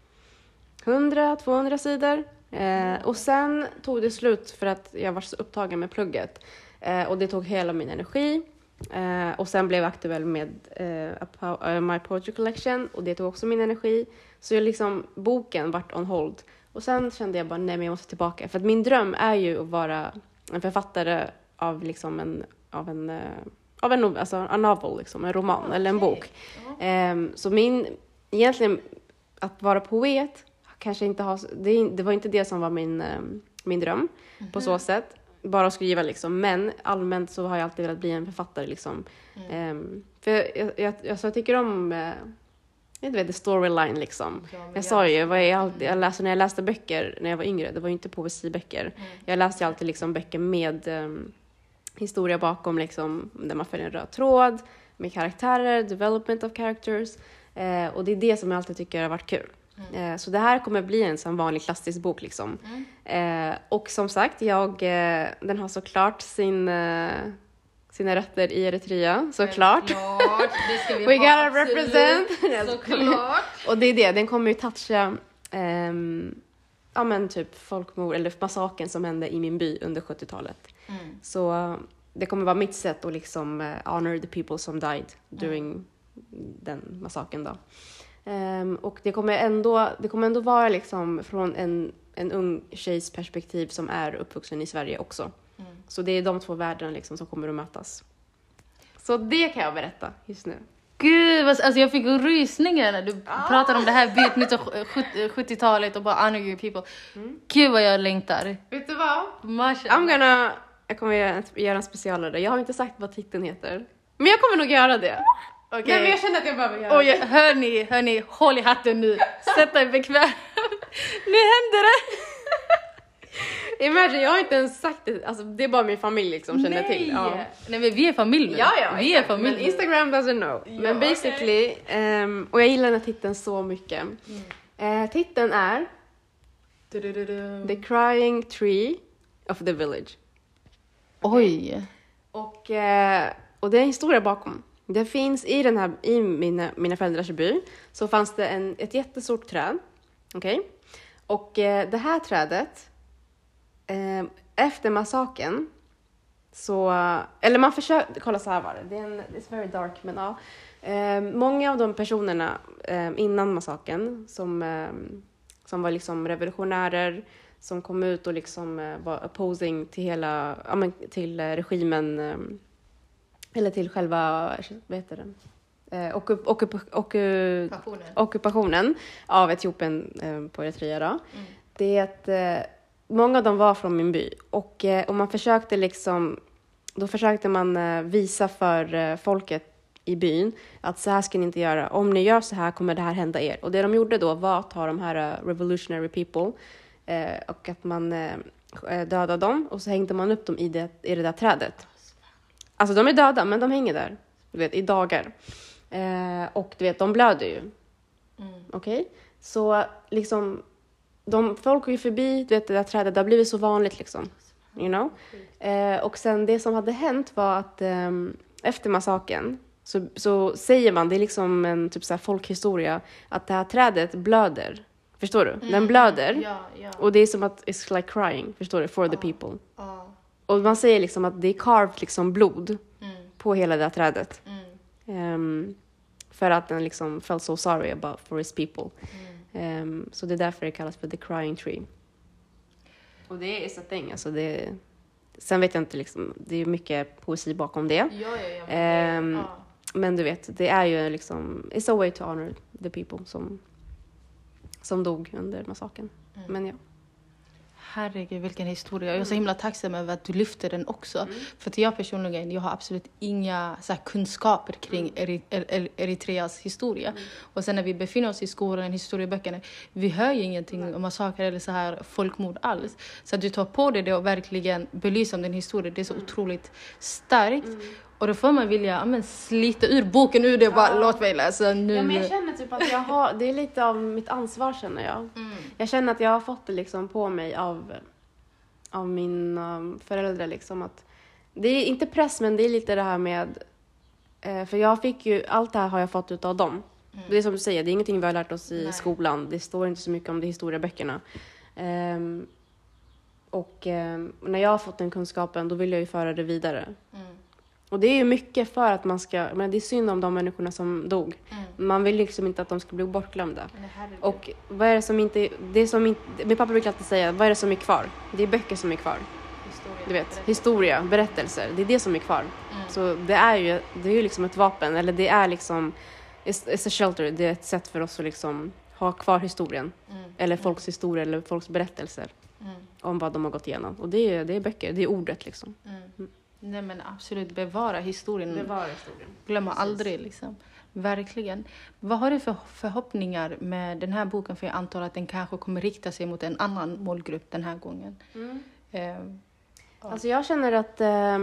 hundra till tvåhundra sidor. Eh, och sen tog det slut för att jag var så upptagen med plugget. Eh, och det tog hela min energi. Eh, och sen blev jag aktuell med eh, My Poetry Collection. Och det tog också min energi. Så jag liksom, boken vart on hold. Och sen kände jag bara, nej men jag måste tillbaka. För att min dröm är ju att vara en författare av liksom en av en uh, av en alltså en novel liksom, en roman okay. eller en bok. Uh-huh. Um, så min egentligen att vara poet kanske inte har det, det var inte det som var min um, min dröm uh-huh. på så sätt, bara att skriva liksom, men allmänt så har jag alltid velat bli en författare liksom. Mm. Um, för jag jag, jag så jag tycker om uh, jag vet inte, storyline liksom. Ja, jag sa ju, vad jag, alltid, jag läste, när jag läste böcker när jag var yngre, det var ju inte poesiböcker. Mm. Jag läste ju alltid liksom böcker med um, historia bakom liksom, där man följer en röd tråd, med karaktärer, development of characters. Eh, och det är det som jag alltid tycker har varit kul. Mm. Eh, så det här kommer bli en sån vanlig klassisk bok liksom. Mm. Eh, och som sagt, jag, eh, den har såklart sin... Eh, sina rötter i Eritrea, såklart. Såklart, det ska vi We ha, gotta represent. Såklart. Och det är det, den kommer ju toucha um, ja men typ folkmord eller massaken som hände i min by under sjuttiotalet. Mm. Så uh, det kommer vara mitt sätt att liksom uh, honor the people som died during mm. den massaken då. Um, och det kommer ändå det kommer ändå vara liksom från en en ung tjejs perspektiv som är uppvuxen i Sverige också. Mm. Så det är de två världarna liksom som kommer att mötas. Så det kan jag berätta just nu. Gud, alltså jag fick rysningar när du ah. pratade om det här beat sjuttiotalet och bara honor your people. Mm. Gud vad jag längtar. Vet du vad? Mashallah. I'm gonna, jag kommer göra en specialare. Jag har inte sagt vad titeln heter. Men jag kommer nog göra det. Okay. Nej, men jag känner att jag behöver göra och jag, det. Hörni, hörni, håll i hatten nu. Sätt dig bekväm. Nu händer det. Imagine, jag har inte ens sagt det. Alltså, det är bara min familj liksom känner Nej. till. Ja. Nej, men vi är familj nu. Ja, ja. Vi är familj. Men Instagram doesn't know. Ja, men basically, okay. um, och jag gillar den här titeln så mycket. Mm. Uh, titeln är Du-du-du-du. The Crying Tree of the Village. Okay. Oj. Och, uh, och det är en historia bakom. Det finns i den här, i mina, mina föräldrars by, så fanns det en, ett jättestort träd. Okej? Okay? Och uh, det här trädet, uh, efter massaken, så, eller man försökte, kolla så här var det, det är en, it's very dark, men ja. Uh, många av de personerna uh, innan massaken, som, uh, som var liksom revolutionärer, som kom ut och liksom uh, var opposing till hela, ja, men, till uh, regimen, um, eller till själva, vad heter det? Eh, ockup, ockup, ockup, ockupationen av Etiopien eh, på Eritrea då. Mm. Det är att eh, många av dem var från min by. Och, eh, och man försökte liksom, då försökte man eh, visa för eh, folket i byn att så här ska ni inte göra. Om ni gör så här kommer det här hända er. Och det de gjorde då var att ta de här uh, revolutionary people eh, och att man eh, dödade dem. Och så hängde man upp dem i det, i det där trädet. Alltså de är döda, men de hänger där, du vet, i dagar. Eh, och du vet, de blöder ju. Mm. Okej? Okay? Så liksom, de, folk går ju förbi, du vet, det där trädet, det har blivit så vanligt liksom. You know? Eh, och sen det som hade hänt var att eh, efter massaken så, så säger man, det är liksom en typ så här folkhistoria, att det här trädet blöder. Förstår du? Mm. Den blöder. Ja, ja. Och det är som att it's like crying, förstår du? For oh. the people. Oh. Och man säger liksom att det är carved liksom blod mm. på hela det här trädet. Mm. Um, för att den liksom felt so sorry about for his people. Um, så det är därför det kallas för The Crying Tree. Och det är så thing, alltså det sen vet jag inte liksom, det är mycket poesi bakom det. Ja, ja, ja, men, um, det, ja. men du vet, det är ju liksom, it's a way to honor the people som, som dog under massakern. Mm. Men ja. Herregud, vilken historia. Jag är så himla tacksam över att du lyfter den också. Mm. För att jag personligen, jag har absolut inga så här, kunskaper kring mm. Eri- Eritreas historia. Mm. Och sen när vi befinner oss i skolan, historieböckerna, vi hör ju ingenting mm. om massaker eller så här folkmord alls. Så att du tar på dig det och verkligen belyser om din historia, det är så mm. otroligt starkt. Mm. Och då får man vilja ja, men, slita ur boken ur det och bara ja. låt mig läsa nu. Ja, men jag känner typ att jag har, det är lite av mitt ansvar känner jag. Mm. Jag känner att jag har fått det liksom på mig av, av mina föräldrar liksom att det är inte press men det är lite det här med, eh, för jag fick ju, allt det här har jag fått utav dem. Mm. Det är som du säger, det är ingenting vi har lärt oss i Nej. skolan. Det står inte så mycket om det i historieböckerna. Um, och um, när jag har fått den kunskapen då vill jag ju föra det vidare. Mm. Och det är ju mycket för att man ska, men det är synd om de människorna som dog. Mm. Man vill liksom inte att de ska bli bortglömda. Och vad är det som inte, det som inte, min pappa brukar alltid säga, vad är det som är kvar? Det är böcker som är kvar. Historia, du vet, berättelser. historia, berättelser, det är det som är kvar. Mm. Så det är ju, det är ju liksom ett vapen, eller det är liksom, it's, it's a shelter, det är ett sätt för oss att liksom ha kvar historien. Mm. Eller folks mm. historia, eller folks berättelser. Mm. Om vad de har gått igenom. Och det är, det är böcker, det är ordet liksom. Mm. Mm. Nej men absolut, bevara historien. Bevara historien. Glömma Precis. aldrig liksom. Verkligen. Vad har du för förhoppningar med den här boken? För jag antar att den kanske kommer rikta sig mot en annan målgrupp den här gången. Mm. Eh, ja. Alltså jag känner att eh,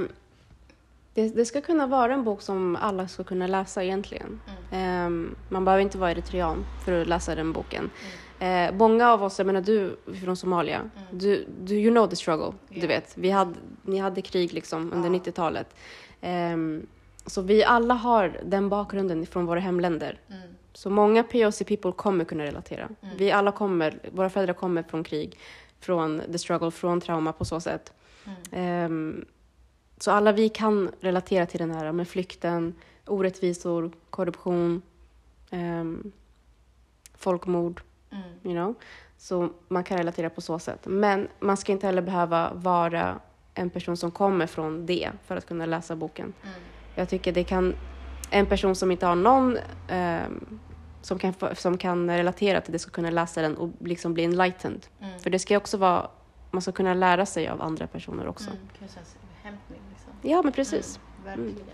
det, det ska kunna vara en bok som alla ska kunna läsa egentligen. Mm. Eh, man behöver inte vara eritrean för att läsa den boken. Mm. Eh, många av oss, jag menar du från Somalia, mm. du, du, you know the struggle, yeah. du vet. Vi hade, ni hade krig liksom under ja. nittiotalet. Eh, så vi alla har den bakgrunden från våra hemländer. Mm. Så många P O C people kommer kunna relatera. Mm. Vi alla kommer, våra föräldrar kommer från krig, från the struggle, från trauma på så sätt. Mm. Eh, så alla vi kan relatera till den här med flykten, orättvisor, korruption, eh, folkmord. Mm. You know? Så man kan relatera på så sätt. Men man ska inte heller behöva vara en person som kommer från det för att kunna läsa boken. Mm. Jag tycker det kan, en person som inte har någon eh, som, kan, som kan relatera till det ska kunna läsa den och liksom bli enlightened. Mm. För det ska också vara, man ska kunna lära sig av andra personer också. Mm. Kanske en hämtning liksom. Ja, men precis. Mm. Verkligen. Mm.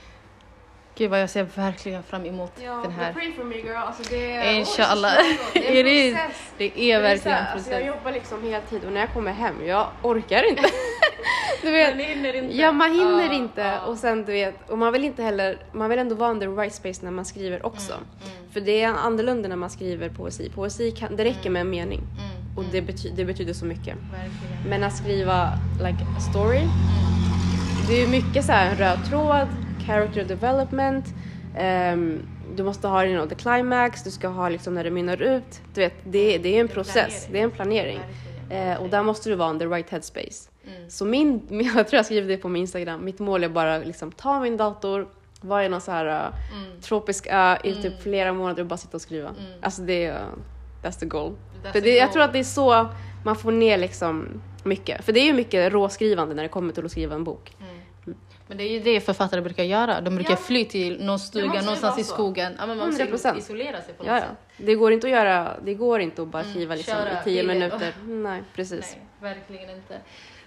Gud vad jag ser verkligen fram emot ja, den här. Pray for me girl. Alltså det är, Inshallah. Det är en process. Det är verkligen en process. Alltså jag jobbar liksom heltid och när jag kommer hem, jag orkar inte. Du vet, man hinner inte. Ja, man hinner uh, inte. Uh. Och sen du vet, och man vill inte heller, man vill ändå vara in the right space när man skriver också. Mm, mm. För det är annorlunda när man skriver poesi. Poesi kan, det räcker mm. med en mening. Mm, och det, bety- det betyder så mycket. Verkligen. Men att skriva like a story, mm. det är mycket så här en röd tråd, character development. Um, du måste ha you know, the climax, du ska ha liksom när det mynnar ut. Du vet, det, det är en process, det är en planering. Uh, och där måste du vara in the right headspace. Mm. Så min, jag tror jag skrev det på min Instagram, mitt mål är bara liksom ta min dator, vara i någon så här uh, mm. tropisk ö uh, i typ mm. flera månader och bara sitta och skriva. Mm. Alltså det är, uh, that's the goal. That's För det, goal. Jag tror att det är så man får ner liksom mycket. För det är ju mycket råskrivande när det kommer till att skriva en bok. Mm. Men det är ju det författare brukar göra. De brukar ja. fly till någon stuga någonstans i skogen. Ja, men man måste isolera sig på något ja, sätt. Ja. Det går inte att göra, det går inte att bara skriva mm, liksom, i tio minuter. Och... Nej, precis. Nej, verkligen inte.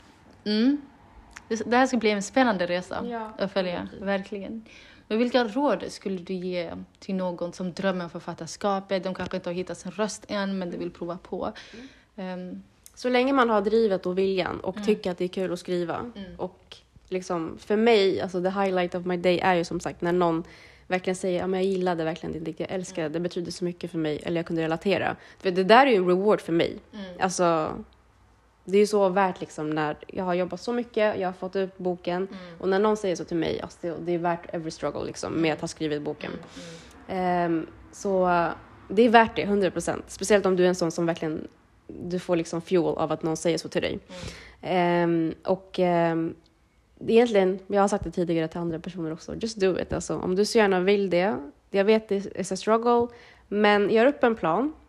Mm. Det här ska bli en spännande resa ja. att följa, verkligen. Men vilka råd skulle du ge till någon som drömmer om författarskapet? De kanske inte har hittat sin röst än, men de vill prova på. Mm. Um. Så länge man har drivet och viljan och mm. tycker att det är kul att skriva. Mm. Och liksom, för mig, alltså the highlight of my day är ju som sagt när någon verkligen säger, ja men jag gillade verkligen din dikt, jag älskar det, det betyder så mycket för mig, eller jag kunde relatera. För det där är ju en reward för mig. Mm. Alltså, det är ju så värt liksom när jag har jobbat så mycket, jag har fått upp boken mm. och när någon säger så till mig, alltså, det, det är värt every struggle liksom med att ha skrivit boken. Mm. Mm. Um, så det är värt det, hundra procent. Speciellt om du är en sån som verkligen, du får liksom fuel av att någon säger så till dig. Mm. Um, och um, egentligen, jag har sagt det tidigare till andra personer också, just do it. Alltså, om du så gärna vill det, jag vet det är a struggle, men gör upp en plan.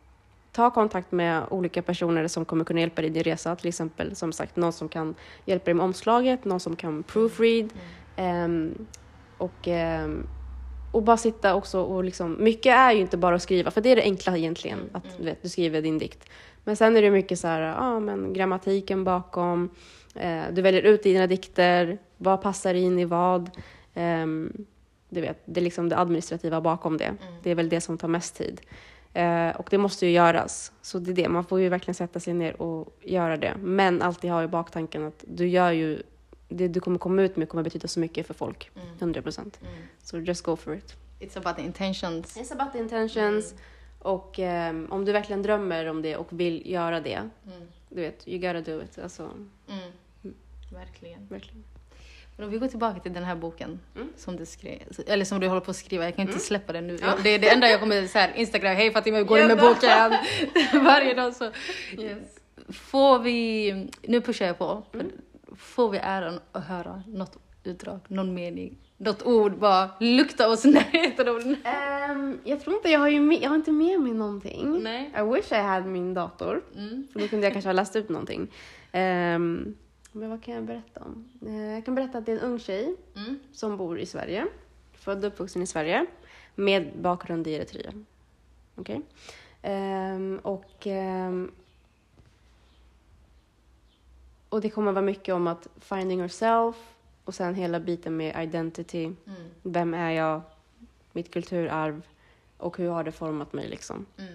ta kontakt med olika personer som kommer kunna hjälpa dig i din resa. Till exempel, som sagt, någon som kan hjälpa dig med omslaget, någon som kan proofread. Mm. Um, och, um, och bara sitta också och liksom, mycket är ju inte bara att skriva, för det är det enkla egentligen, mm. att du, vet, du skriver din dikt. Men sen är det mycket så här, ja ah, men grammatiken bakom, eh, du väljer ut dina dikter, vad passar in i vad. Um, du vet, det är liksom det administrativa bakom det. Mm. Det är väl det som tar mest tid. Uh, och det måste ju göras. Så det är det, man får ju verkligen sätta sig ner och göra det. Men alltid ha i baktanken att du gör ju, det du kommer komma ut med kommer betyda så mycket för folk. Mm. hundra procent. Mm. Så so just go for it. It's about the intentions. It's about the intentions. Mm. Och um, om du verkligen drömmer om det och vill göra det, mm. du vet, you gotta do it. Alltså, mm. Mm. Verkligen. Verkligen. Men om vi går tillbaka till den här boken mm. som du skrev, eller som du håller på att skriva, jag kan inte mm. släppa den nu. Ja. Det är det enda jag kommer så här, Instagram, hej Fatima, går in med boken varje dag så. Yes. Får vi, nu pushar jag på, mm. får vi äran att höra något utdrag, någon mening, något ord, bara lukta oss närheten av den. Um, jag tror inte, jag har ju med, jag har inte med mig någonting. Nej. I wish I had min dator, mm. för då kunde jag kanske ha läst ut någonting. Um, Men vad kan jag berätta om? Jag kan berätta att det är en ung tjej mm. som bor i Sverige. Född och uppvuxen i Sverige. Med bakgrund i Eritrea. Okej. Okay. Um, och, um, och det kommer vara mycket om att finding yourself. Och sen hela biten med identity. Mm. Vem är jag? Mitt kulturarv. Och hur har det format mig liksom. Mm.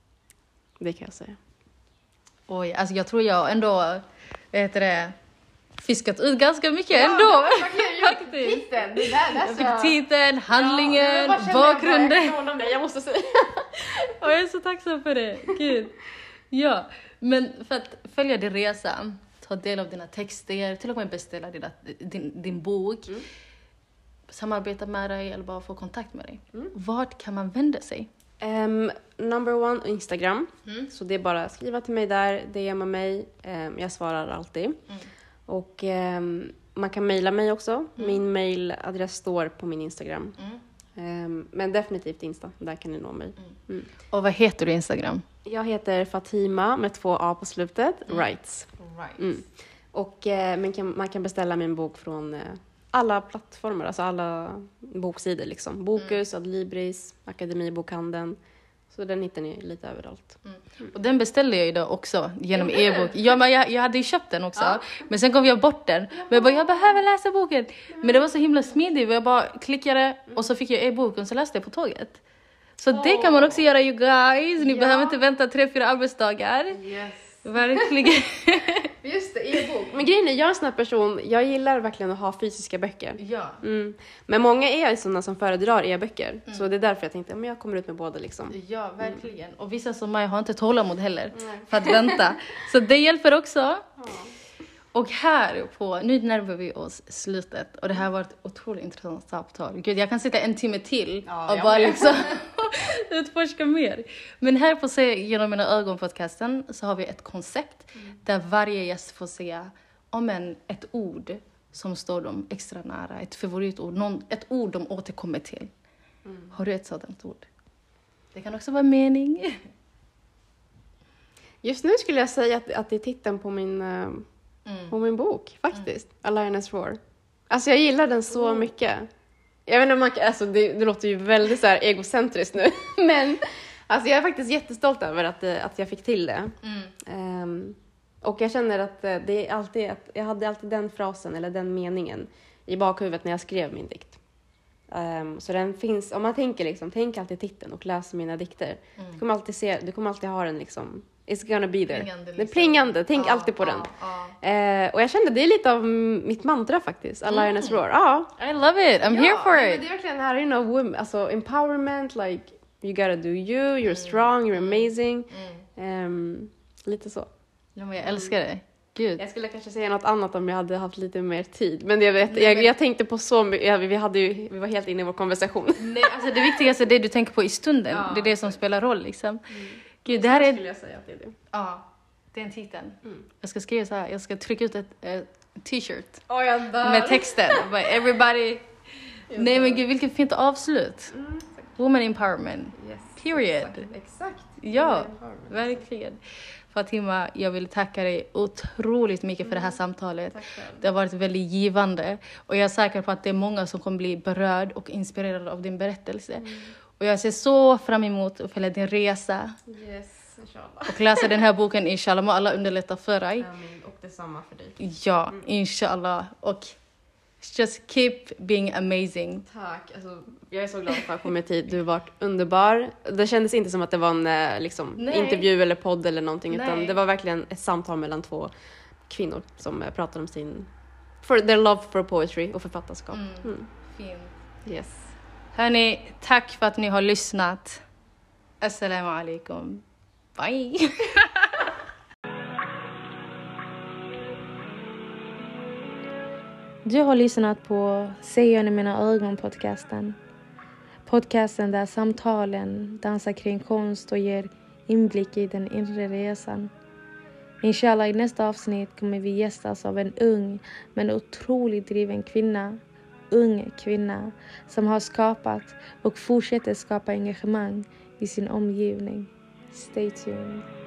Det kan jag säga. Oj, alltså jag tror jag ändå, vad heter det, fiskat ut ganska mycket ja, ändå. Jag fick titeln, det där, jag fick titeln, handlingen, ja, bakgrunden. Jag, jag, jag måste säga. Och jag är så tacksam för det, gud. Ja, men för att följa din resa, ta del av dina texter, till och med beställa dina, din, din bok, mm. samarbeta med dig eller bara få kontakt med dig. Mm. Vart kan man vända sig? Um, number one, Instagram. Mm. Så det är bara att skriva till mig där, D M mig. Um, jag svarar alltid. Mm. Och um, man kan mejla mig också. Mm. Min mejladress står på min Instagram. Mm. Um, men definitivt Insta, där kan ni nå mig. Mm. Mm. Och vad heter du Instagram? Jag heter Fatima med två A på slutet. Mm. Writes. Right. Mm. Och uh, man, kan, man kan beställa min bok från... Uh, alla plattformar, alltså alla boksidor liksom. Bokus, mm. Adlibris, Akademibokhandeln. Så den hittar ni lite överallt. Mm. Mm. Och den beställde jag idag också genom mm. e-bok. Ja, men jag, jag hade ju köpt den också. Ja. Men sen gav jag bort den. Men jag bara, jag behöver läsa boken. Mm. Men det var så himla smidigt. Jag bara klickade och så fick jag e-boken och så läste jag på tåget. Så oh. det kan man också göra, you guys. Ni ja. behöver inte vänta tre, fyra arbetsdagar. Yes. Verkligen. Just det, e-bok. Men grejen är, jag är en sån här person, jag gillar verkligen att ha fysiska böcker. Ja. Mm. Men många är sådana som föredrar e-böcker. Mm. Så det är därför jag tänkte, men jag kommer ut med båda liksom. Ja, verkligen. Mm. Och vissa som mig har inte tålamod heller mm. för att vänta. Så det hjälper också. Ja. Och här på, nu närmar vi oss slutet. Och det här har varit otroligt intressant samtal. Gud, jag kan sitta en timme till ja, och bara liksom utforska mer. Men här på Se genom mina ögon podcasten så har vi ett koncept mm. där varje gäst får säga om en, ett ord som står dem extra nära. Ett favoritord, någon, ett ord de återkommer till. Mm. Har du ett sådant ord? Det kan också vara mening. Just nu skulle jag säga att, att det är titeln på min... Uh... Mm. på min bok, faktiskt. Mm. A Lioness Roar. Alltså jag gillar den så mm. mycket. Jag vet inte om man kan, alltså det, det låter ju väldigt så här egocentriskt nu. Men alltså jag är faktiskt jättestolt över att, att jag fick till det. Mm. Um, och jag känner att det är alltid, att jag hade alltid den frasen eller den meningen i bakhuvudet när jag skrev min dikt. Um, så den finns, om man tänker liksom, tänk alltid titeln och läs mina dikter. Mm. Du kommer alltid se, du kommer alltid ha den liksom. It's gonna be there. Plingande, liksom. Det är plingande. Tänk ah, alltid på ah, den. Ah. Eh, och jag kände, det är lite av mitt mantra faktiskt. A Lioness Roar. Ja. I love it. I'm ja, here for it. Det är verkligen här, you know, women, alltså empowerment, like, you gotta do you, you're mm. strong, you're amazing. Mm. Um, lite så. Ja, men jag älskar det. Gud. Jag skulle kanske säga något annat om jag hade haft lite mer tid. Men jag, vet, jag, jag tänkte på så mycket, vi, hade ju, vi var helt inne i vår konversation. Nej, alltså det viktigaste är det du tänker på i stunden. Ja. Det är det som spelar roll liksom. Mm. Gud, det här är... skulle jag säga att det är det. Ja, det är en titel. Mm. Jag ska skriva så här, jag ska trycka ut ett äh, t-shirt. Oh, jag dör. Med texten. Everybody... Nej men gud, vilket fint avslut. Mm, Woman empowerment. Yes. Period. Exakt. Exakt. Ja, verkligen. Fatima, jag vill tacka dig otroligt mycket för mm. det här samtalet. Det har varit väldigt givande. Och jag är säker på att det är många som kommer bli berörd och inspirerade av din berättelse. Mm. Och jag ser så fram emot att följa din resa. Yes, inshallah. Och läsa den här boken, inshallah. Må alla underlätta för dig. Amin. Och detsamma för dig. Ja, mm. inshallah. Och just keep being amazing. Tack. Alltså, jag är så glad för att jag kom med tid. Du har varit underbar. Det kändes inte som att det var en liksom, intervju eller podd eller någonting. Nej. Utan det var verkligen ett samtal mellan två kvinnor som pratade om sin for their love for poetry och författarskap. Mm. Mm. Fint. Yes. Hörni, tack för att ni har lyssnat. Assalamu alaikum. Bye. Du har lyssnat på Se genom mina ögon-podcasten. Podcasten där samtalen dansar kring konst och ger inblick i den inre resan. Inshallah, i nästa avsnitt kommer vi gästas av en ung men otroligt driven kvinna. Ung kvinna som har skapat och fortsätter skapa engagemang i sin omgivning. Stay tuned.